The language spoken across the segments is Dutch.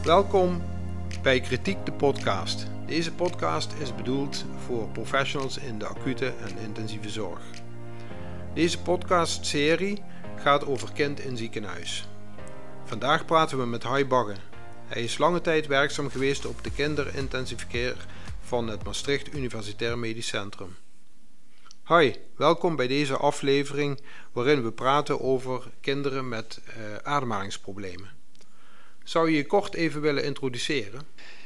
Welkom bij Kritiek de podcast. Deze podcast is bedoeld voor professionals in de acute en intensieve zorg. Deze podcastserie gaat over kind in ziekenhuis. Vandaag praten we met Hai Bagge. Hij is lange tijd werkzaam geweest op de kinderintensive care van het Maastricht Universitair Medisch Centrum. Hoi, welkom bij deze aflevering waarin we praten over kinderen met ademhalingsproblemen. Zou je je kort even willen introduceren?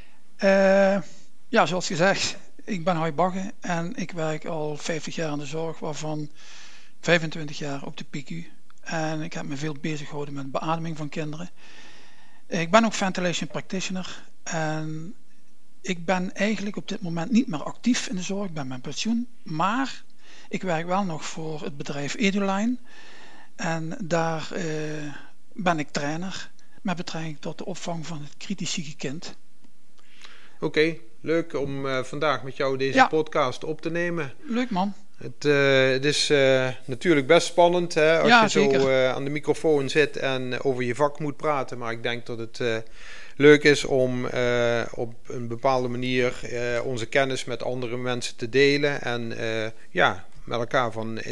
Ja, zoals gezegd, ik ben Hai Bagge en ik werk al 50 jaar in de zorg, waarvan 25 jaar op de PICU. En ik heb me veel bezig gehouden met beademing van kinderen. Ik ben ook ventilation practitioner en ik ben eigenlijk op dit moment niet meer actief in de zorg, ik ben met pensioen, maar ik werk wel nog voor het bedrijf Eduline en daar ben ik trainer met betrekking tot de opvang van het kritisch zieke kind. Oké, leuk om vandaag met jou deze podcast op te nemen. Leuk man. Het is natuurlijk best spannend hè, als je zeker. Zo aan de microfoon zit en over je vak moet praten. Maar ik denk dat het leuk is om op een bepaalde manier onze kennis met andere mensen te delen. En met elkaar van de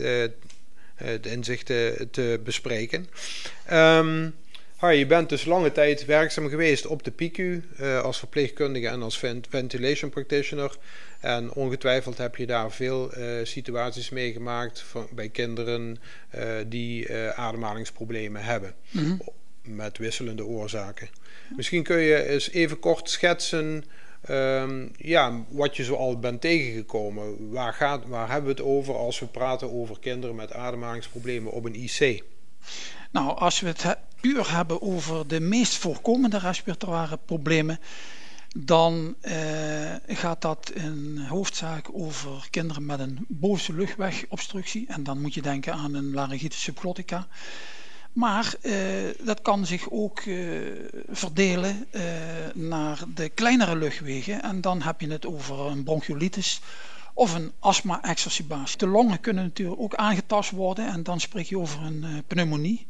inzichten te bespreken. Je bent dus lange tijd werkzaam geweest op de PICU als verpleegkundige en als ventilation practitioner. En ongetwijfeld heb je daar veel situaties meegemaakt bij kinderen die ademhalingsproblemen hebben. Mm-hmm. Met wisselende oorzaken. Misschien kun je eens even kort schetsen wat je zoal bent tegengekomen. Waar hebben we het over als we praten over kinderen met ademhalingsproblemen op een IC? Nou, als we het puur hebben over de meest voorkomende respiratoire problemen, dan gaat dat in hoofdzaak over kinderen met een bovenste luchtwegobstructie. En dan moet je denken aan een laryngitis subglottica. Maar dat kan zich ook verdelen naar de kleinere luchtwegen. En dan heb je het over een bronchiolitis of een astma-exacerbatie. De longen kunnen natuurlijk ook aangetast worden en dan spreek je over een pneumonie.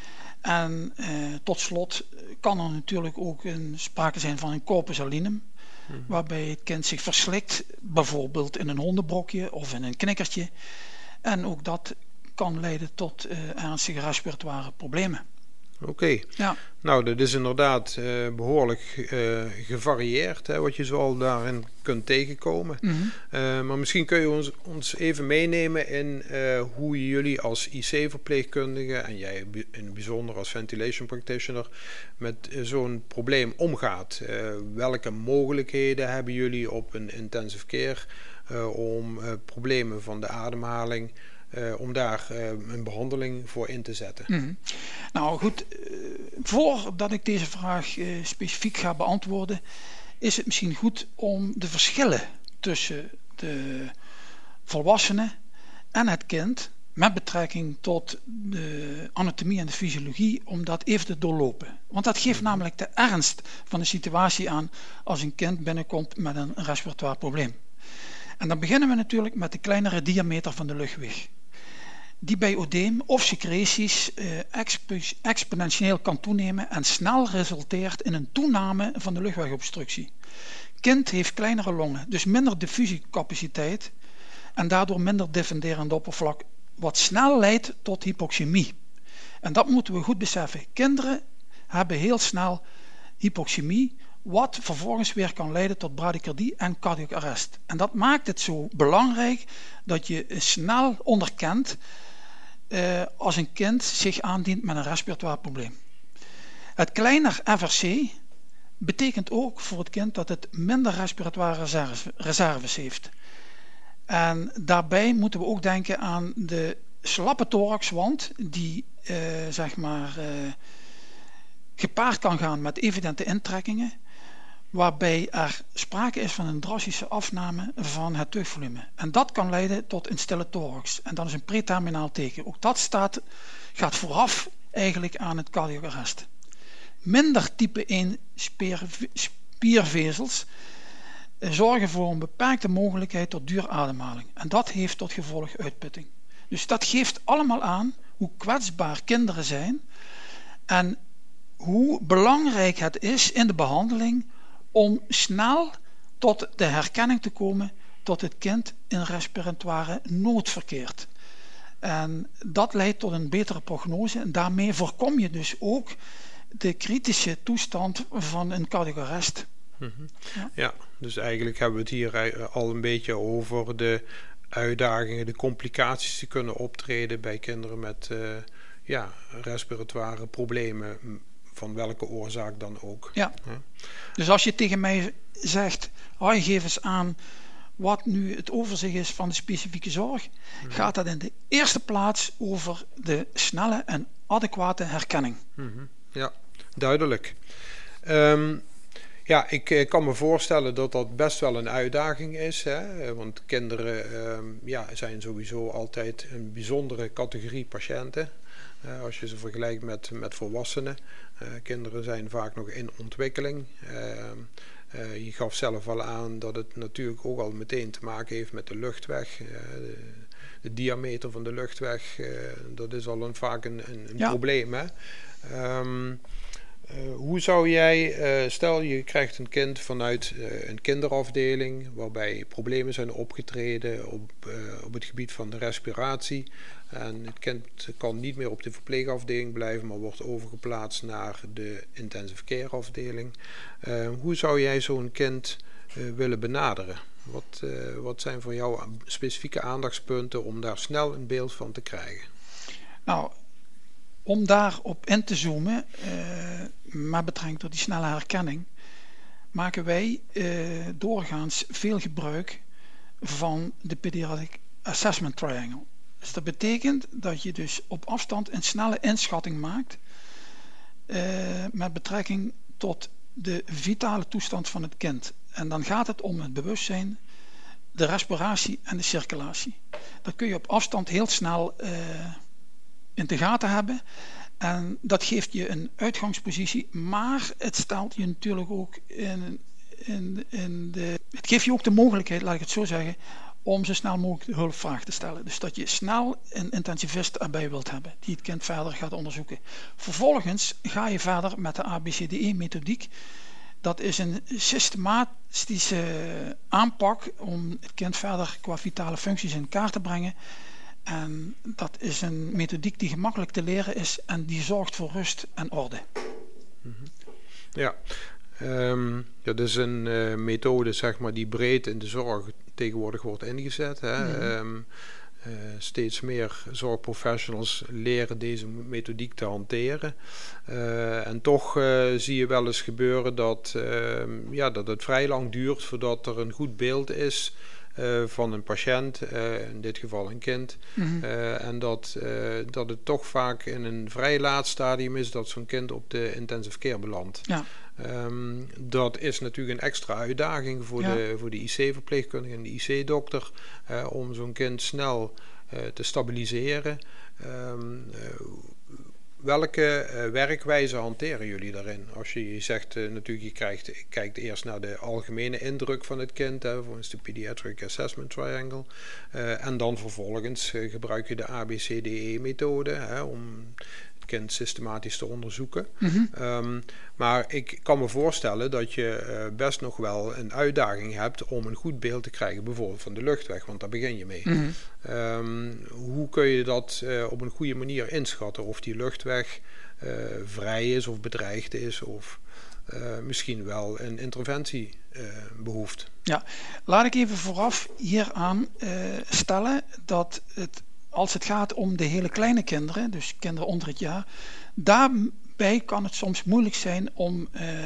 En tot slot kan er natuurlijk ook sprake zijn van een corpus salinum, waarbij het kind zich verslikt, bijvoorbeeld in een hondenbrokje of in een knikkertje. En ook dat kan leiden tot ernstige respiratoire problemen. Oké. Ja. Nou, dat is inderdaad behoorlijk gevarieerd, hè, wat je zoal daarin kunt tegenkomen. Mm-hmm. Maar misschien kun je ons even meenemen in hoe jullie als IC-verpleegkundige en jij in het bijzonder als ventilation practitioner met zo'n probleem omgaat. Welke mogelijkheden hebben jullie op een intensive care om problemen van de ademhaling om daar een behandeling voor in te zetten? Mm-hmm. Nou goed, voordat ik deze vraag specifiek ga beantwoorden, is het misschien goed om de verschillen tussen de volwassene en het kind met betrekking tot de anatomie en de fysiologie, om dat even te doorlopen. Want dat geeft namelijk de ernst van de situatie aan als een kind binnenkomt met een respiratoire probleem. En dan beginnen we natuurlijk met de kleinere diameter van de luchtweg, die bij oedeem of secreties exponentieel kan toenemen en snel resulteert in een toename van de luchtwegobstructie. Kind heeft kleinere longen, dus minder diffusiecapaciteit en daardoor minder diffunderend oppervlak, wat snel leidt tot hypoxemie. En dat moeten we goed beseffen. Kinderen hebben heel snel hypoxemie, wat vervolgens weer kan leiden tot bradykardie en cardiac arrest. En dat maakt het zo belangrijk dat je snel onderkent als een kind zich aandient met een respiratoire probleem. Het kleiner FRC betekent ook voor het kind dat het minder respiratoire reserves heeft. En daarbij moeten we ook denken aan de slappe thoraxwand die gepaard kan gaan met evidente intrekkingen, waarbij er sprake is van een drastische afname van het tuchtvolume. En dat kan leiden tot een stille thorax. En dat is een preterminaal teken. Ook dat gaat vooraf eigenlijk aan het cardiac arrest. Minder type 1 spiervezels zorgen voor een beperkte mogelijkheid tot duurademhaling. En dat heeft tot gevolg uitputting. Dus dat geeft allemaal aan hoe kwetsbaar kinderen zijn. En hoe belangrijk het is in de behandeling om snel tot de herkenning te komen dat het kind in respiratoire nood verkeert. En dat leidt tot een betere prognose en daarmee voorkom je dus ook de kritische toestand van een cardiac arrest. Ja, dus eigenlijk hebben we het hier al een beetje over de uitdagingen, de complicaties die kunnen optreden bij kinderen met respiratoire problemen, van welke oorzaak dan ook. Ja. Dus als je tegen mij zegt, geef eens aan wat nu het overzicht is van de specifieke zorg, gaat dat in de eerste plaats over de snelle en adequate herkenning. Ja, duidelijk. Ik kan me voorstellen dat dat best wel een uitdaging is. Hè? Want kinderen zijn sowieso altijd een bijzondere categorie patiënten. Als je ze vergelijkt met volwassenen. Kinderen zijn vaak nog in ontwikkeling. Je gaf zelf al aan dat het natuurlijk ook al meteen te maken heeft met de luchtweg. De diameter van de luchtweg, dat is al vaak een probleem. Hè? Hoe zou jij, stel je krijgt een kind vanuit een kinderafdeling waarbij problemen zijn opgetreden op het gebied van de respiratie en het kind kan niet meer op de verpleegafdeling blijven, maar wordt overgeplaatst naar de intensive care afdeling. Hoe zou jij zo'n kind willen benaderen? Wat zijn voor jou specifieke aandachtspunten om daar snel een beeld van te krijgen? Nou, om daarop in te zoomen, met betrekking tot die snelle herkenning, maken wij doorgaans veel gebruik van de Pediatric Assessment Triangle. Dus dat betekent dat je dus op afstand een snelle inschatting maakt met betrekking tot de vitale toestand van het kind. En dan gaat het om het bewustzijn, de respiratie en de circulatie. Dat kun je op afstand heel snel in de gaten hebben. En dat geeft je een uitgangspositie, maar het stelt je natuurlijk ook het geeft je ook de mogelijkheid, laat ik het zo zeggen, om zo snel mogelijk de hulpvraag te stellen. Dus dat je snel een intensivist erbij wilt hebben die het kind verder gaat onderzoeken. Vervolgens ga je verder met de ABCDE-methodiek. Dat is een systematische aanpak om het kind verder qua vitale functies in kaart te brengen. En dat is een methodiek die gemakkelijk te leren is en die zorgt voor rust en orde. Ja, dat is een methode zeg maar, die breed in de zorg tegenwoordig wordt ingezet. Hè? Steeds meer zorgprofessionals leren deze methodiek te hanteren. En toch zie je wel eens gebeuren dat het vrij lang duurt voordat er een goed beeld is van een patiënt, in dit geval een kind. En dat het toch vaak in een vrij laat stadium is dat zo'n kind op de intensive care belandt. Ja. Dat is natuurlijk een extra uitdaging voor de IC-verpleegkundige en de IC-dokter om zo'n kind snel te stabiliseren. Welke werkwijze hanteren jullie daarin? Als je zegt natuurlijk, je kijkt eerst naar de algemene indruk van het kind, volgens de Pediatric Assessment Triangle. En dan vervolgens gebruik je de ABCDE-methode om het kind systematisch te onderzoeken. Maar ik kan me voorstellen dat je best nog wel een uitdaging hebt om een goed beeld te krijgen, bijvoorbeeld van de luchtweg, want daar begin je mee. Hoe kun je dat op een goede manier inschatten? Of die luchtweg vrij is of bedreigd is of misschien wel een interventie behoeft? Ja, laat ik even vooraf hieraan stellen dat als het gaat om de hele kleine kinderen, dus kinderen onder het jaar, daarbij kan het soms moeilijk zijn om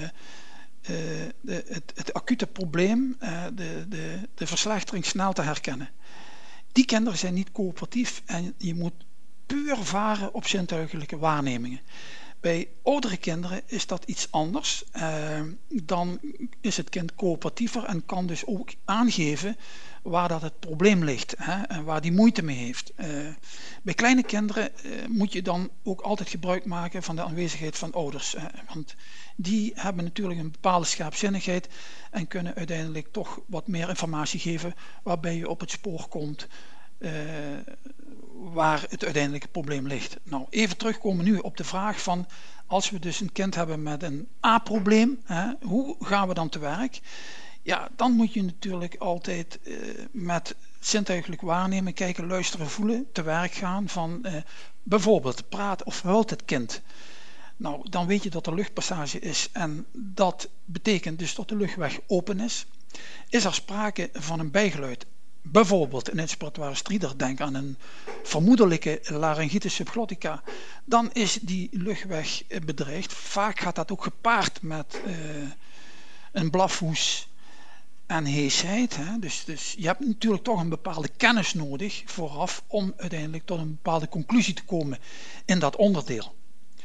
het acute probleem, de verslechtering snel te herkennen. Die kinderen zijn niet coöperatief en je moet puur varen op zintuigelijke waarnemingen. Bij oudere kinderen is dat iets anders. Dan is het kind coöperatiever en kan dus ook aangeven waar dat het probleem ligt en waar die moeite mee heeft. Bij kleine kinderen moet je dan ook altijd gebruik maken van de aanwezigheid van ouders. Want die hebben natuurlijk een bepaalde scherpzinnigheid en kunnen uiteindelijk toch wat meer informatie geven waarbij je op het spoor komt waar het uiteindelijke probleem ligt. Nou, even terugkomen nu op de vraag van, als we dus een kind hebben met een A-probleem, hoe gaan we dan te werk? Ja, dan moet je natuurlijk altijd met zintuigelijk waarnemen, kijken, luisteren, voelen, te werk gaan van bijvoorbeeld praat of huilt het kind. Nou, dan weet je dat er luchtpassage is en dat betekent dus dat de luchtweg open is. Is er sprake van een bijgeluid, bijvoorbeeld een inspiratoire stridor, denk aan een vermoedelijke laryngitis subglottica, dan is die luchtweg bedreigd. Vaak gaat dat ook gepaard met een blafhoes en heesheid. Dus je hebt natuurlijk toch een bepaalde kennis nodig vooraf om uiteindelijk tot een bepaalde conclusie te komen in dat onderdeel.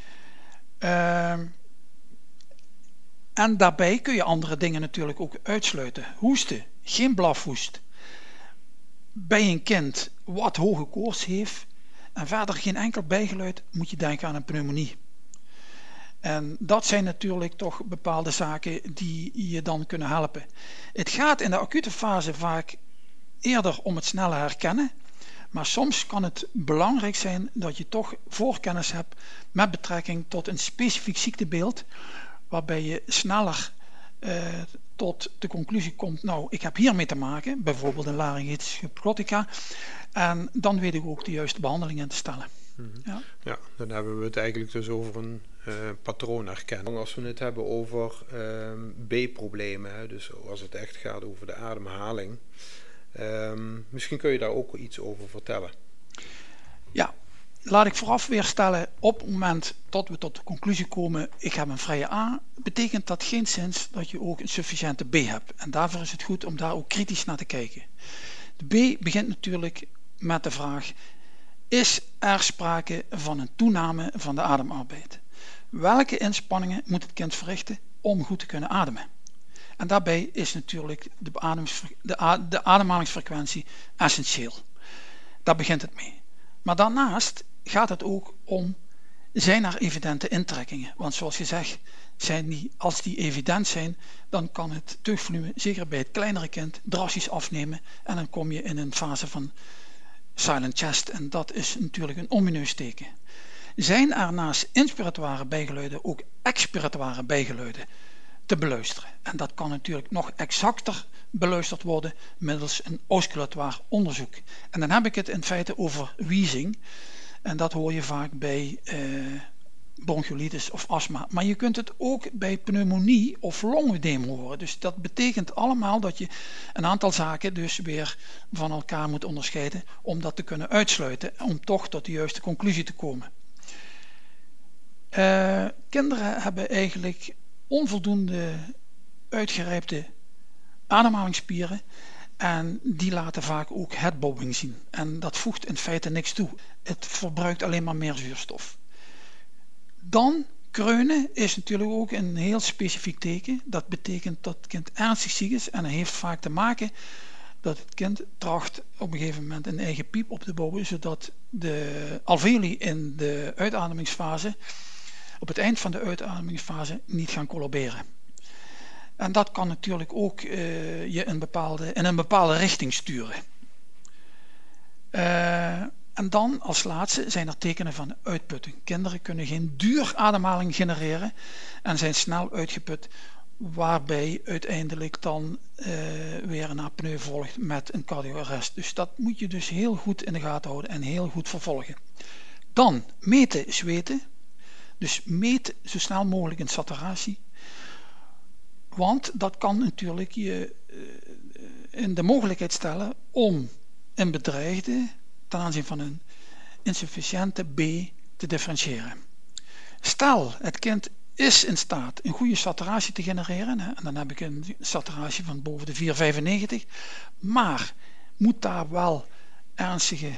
En daarbij kun je andere dingen natuurlijk ook uitsluiten. Hoesten, geen blafhoest. Bij een kind wat hoge koorts heeft en verder geen enkel bijgeluid, moet je denken aan een pneumonie. En dat zijn natuurlijk toch bepaalde zaken die je dan kunnen helpen. Het gaat in de acute fase vaak eerder om het snelle herkennen. Maar soms kan het belangrijk zijn dat je toch voorkennis hebt met betrekking tot een specifiek ziektebeeld, waarbij je sneller tot de conclusie komt, nou, ik heb hiermee te maken, bijvoorbeeld een laryngitis subglottica, en dan weet ik ook de juiste behandeling in te stellen. Ja. Ja, dan hebben we het eigenlijk dus over een patroon herkennen. Als we het hebben over B-problemen, dus als het echt gaat over de ademhaling, misschien kun je daar ook iets over vertellen. Ja, laat ik vooraf weer stellen, op het moment dat we tot de conclusie komen, ik heb een vrije A, betekent dat geenszins dat je ook een sufficiënte B hebt. En daarvoor is het goed om daar ook kritisch naar te kijken. De B begint natuurlijk met de vraag, is er sprake van een toename van de ademarbeid? Welke inspanningen moet het kind verrichten om goed te kunnen ademen? En daarbij is natuurlijk de ademhalingsfrequentie essentieel. Daar begint het mee. Maar daarnaast gaat het ook om, zijn er evidente intrekkingen? Want zoals gezegd, als die evident zijn, dan kan het teugvolume, zeker bij het kleinere kind, drastisch afnemen. En dan kom je in een fase van silent chest. En dat is natuurlijk een omineus teken. Zijn er naast inspiratoire bijgeluiden ook expiratoire bijgeluiden te beluisteren? En dat kan natuurlijk nog exacter beluisterd worden middels een auscultatoire onderzoek. En dan heb ik het in feite over wheezing. En dat hoor je vaak bij bronchiolitis of astma. Maar je kunt het ook bij pneumonie of longedeem horen. Dus dat betekent allemaal dat je een aantal zaken dus weer van elkaar moet onderscheiden om dat te kunnen uitsluiten, om toch tot de juiste conclusie te komen. Kinderen hebben eigenlijk onvoldoende uitgerijpte ademhalingsspieren en die laten vaak ook headbobbing zien. En dat voegt in feite niks toe. Het verbruikt alleen maar meer zuurstof. Dan kreunen is natuurlijk ook een heel specifiek teken. Dat betekent dat het kind ernstig ziek is en dat heeft vaak te maken dat het kind tracht op een gegeven moment een eigen piep op te bouwen, zodat de alveoli in de uitademingsfase, op het eind van de uitademingsfase, niet gaan collaberen. En dat kan natuurlijk ook je in een bepaalde richting sturen. En dan als laatste zijn er tekenen van uitputting. Kinderen kunnen geen duur ademhaling genereren en zijn snel uitgeput, waarbij uiteindelijk dan weer een apneu volgt met een cardioarrest. Dus dat moet je dus heel goed in de gaten houden en heel goed vervolgen. Dan meten zweten. Dus meet zo snel mogelijk een saturatie. Want dat kan natuurlijk je in de mogelijkheid stellen om een bedreigde ten aanzien van een insufficiënte B te differentiëren. Stel, het kind is in staat een goede saturatie te genereren, en dan heb ik een saturatie van boven de 4,95, maar moet daar wel ernstige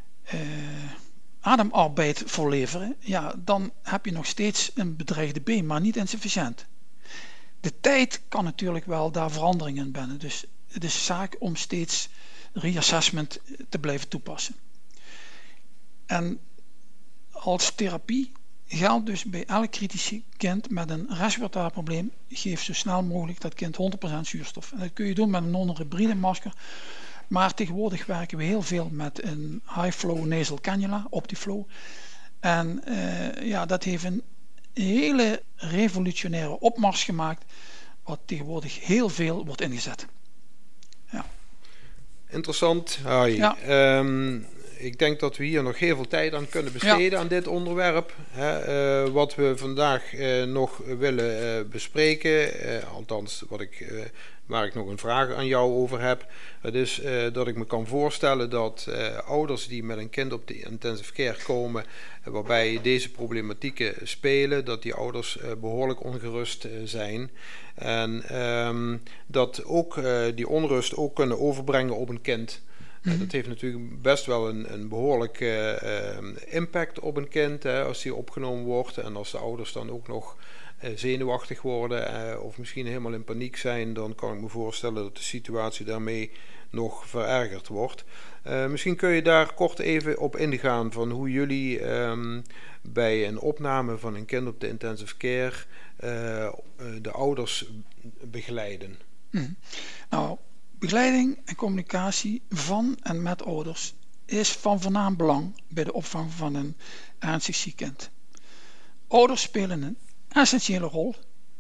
ademarbeid voor leveren, ja, dan heb je nog steeds een bedreigde B, maar niet insufficiënt. De tijd kan natuurlijk wel daar veranderingen in brengen, dus het is zaak om steeds reassessment te blijven toepassen. En als therapie geldt dus bij elk kritisch kind met een respiratoire probleem, geef zo snel mogelijk dat kind 100% zuurstof. En dat kun je doen met een non-rebride masker, Maar tegenwoordig werken we heel veel met een high flow nasal cannula, Optiflow. En dat heeft een hele revolutionaire opmars gemaakt, wat tegenwoordig heel veel wordt ingezet. Ja. Interessant, Harry. Ja. Ik denk dat we hier nog heel veel tijd aan kunnen besteden aan dit onderwerp. Wat we vandaag nog willen bespreken, althans waar ik nog een vraag aan jou over heb. Het is dat ik me kan voorstellen dat ouders die met een kind op de intensive care komen, waarbij deze problematieken spelen, dat die ouders behoorlijk ongerust zijn. En dat ook die onrust ook kunnen overbrengen op een kind. Dat heeft natuurlijk best wel een behoorlijke impact op een kind, als die opgenomen wordt. En als de ouders dan ook nog zenuwachtig worden of misschien helemaal in paniek zijn, dan kan ik me voorstellen dat de situatie daarmee nog verergerd wordt. Misschien kun je daar kort even op ingaan van hoe jullie bij een opname van een kind op de intensive care de ouders begeleiden. Nou, begeleiding en communicatie van en met ouders is van voornaam belang bij de opvang van een ernstig ziek kind. Ouders spelen een essentiële rol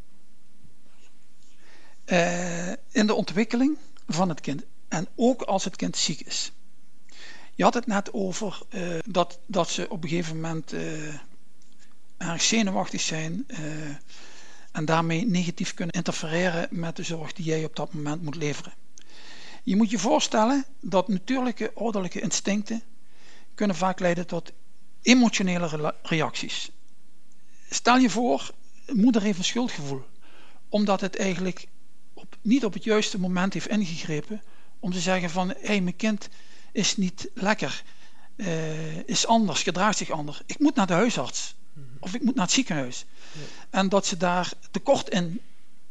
in de ontwikkeling van het kind en ook als het kind ziek is. Je had het net over dat ze op een gegeven moment erg zenuwachtig zijn en daarmee negatief kunnen interfereren met de zorg die jij op dat moment moet leveren. Je moet je voorstellen dat natuurlijke ouderlijke instincten kunnen vaak leiden tot emotionele reacties. Stel je voor, moeder heeft een schuldgevoel, omdat het eigenlijk niet op het juiste moment heeft ingegrepen om te zeggen van, mijn kind is niet lekker, is anders, gedraagt zich anders. Ik moet naar de huisarts of ik moet naar het ziekenhuis. Ja. En dat ze daar tekort in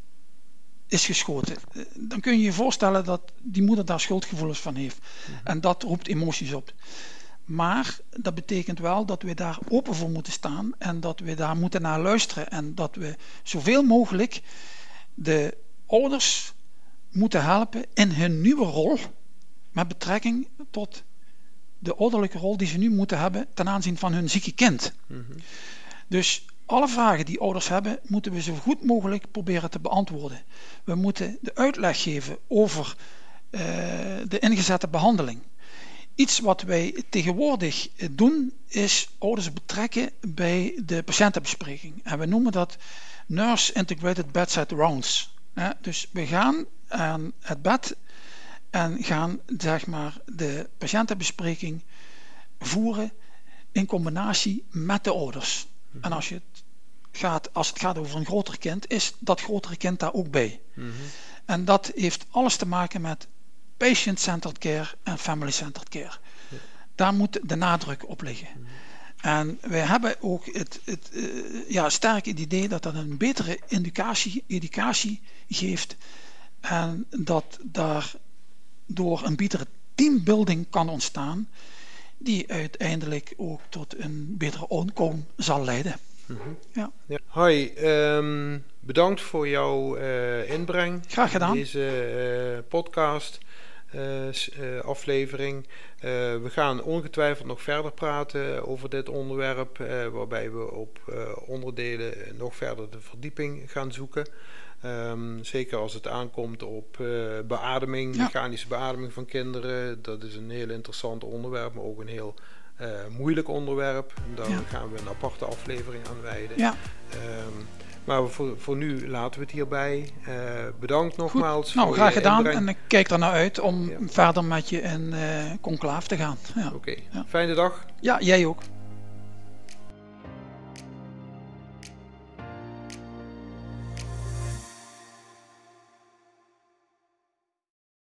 is geschoten. Dan kun je je voorstellen dat die moeder daar schuldgevoelens van heeft. En dat roept emoties op. Maar dat betekent wel dat we daar open voor moeten staan en dat we daar moeten naar luisteren en dat we zoveel mogelijk de ouders moeten helpen in hun nieuwe rol met betrekking tot de ouderlijke rol die ze nu moeten hebben ten aanzien van hun zieke kind. Dus alle vragen die ouders hebben, moeten we zo goed mogelijk proberen te beantwoorden. We moeten de uitleg geven over de ingezette behandeling. Iets wat wij tegenwoordig doen, is ouders betrekken bij de patiëntenbespreking. En we noemen dat Nurse Integrated Bedside Rounds. Dus we gaan aan het bed en gaan de patiëntenbespreking voeren in combinatie met de ouders. En als het gaat over een groter kind, is dat grotere kind daar ook bij. En dat heeft alles te maken met patient-centered care en family-centered care. Daar moet de nadruk op liggen. En wij hebben ook sterk het idee dat dat een betere educatie geeft en dat daardoor een betere teambuilding kan ontstaan die uiteindelijk ook tot een betere outcome zal leiden. Ja. Hoi, bedankt voor jouw inbreng. Graag gedaan. In deze podcast aflevering. We gaan ongetwijfeld nog verder praten over dit onderwerp, waarbij we op onderdelen nog verder de verdieping gaan zoeken. Zeker als het aankomt op beademing, mechanische beademing van kinderen. Dat is een heel interessant onderwerp, maar ook een heel moeilijk onderwerp. Daar gaan we een aparte aflevering aan wijden. Ja. Maar voor nu laten we het hierbij. Bedankt nogmaals. Nou, graag gedaan. En ik kijk er naar uit om verder met je in conclave te gaan. Ja. Oké. Fijne dag. Ja, jij ook.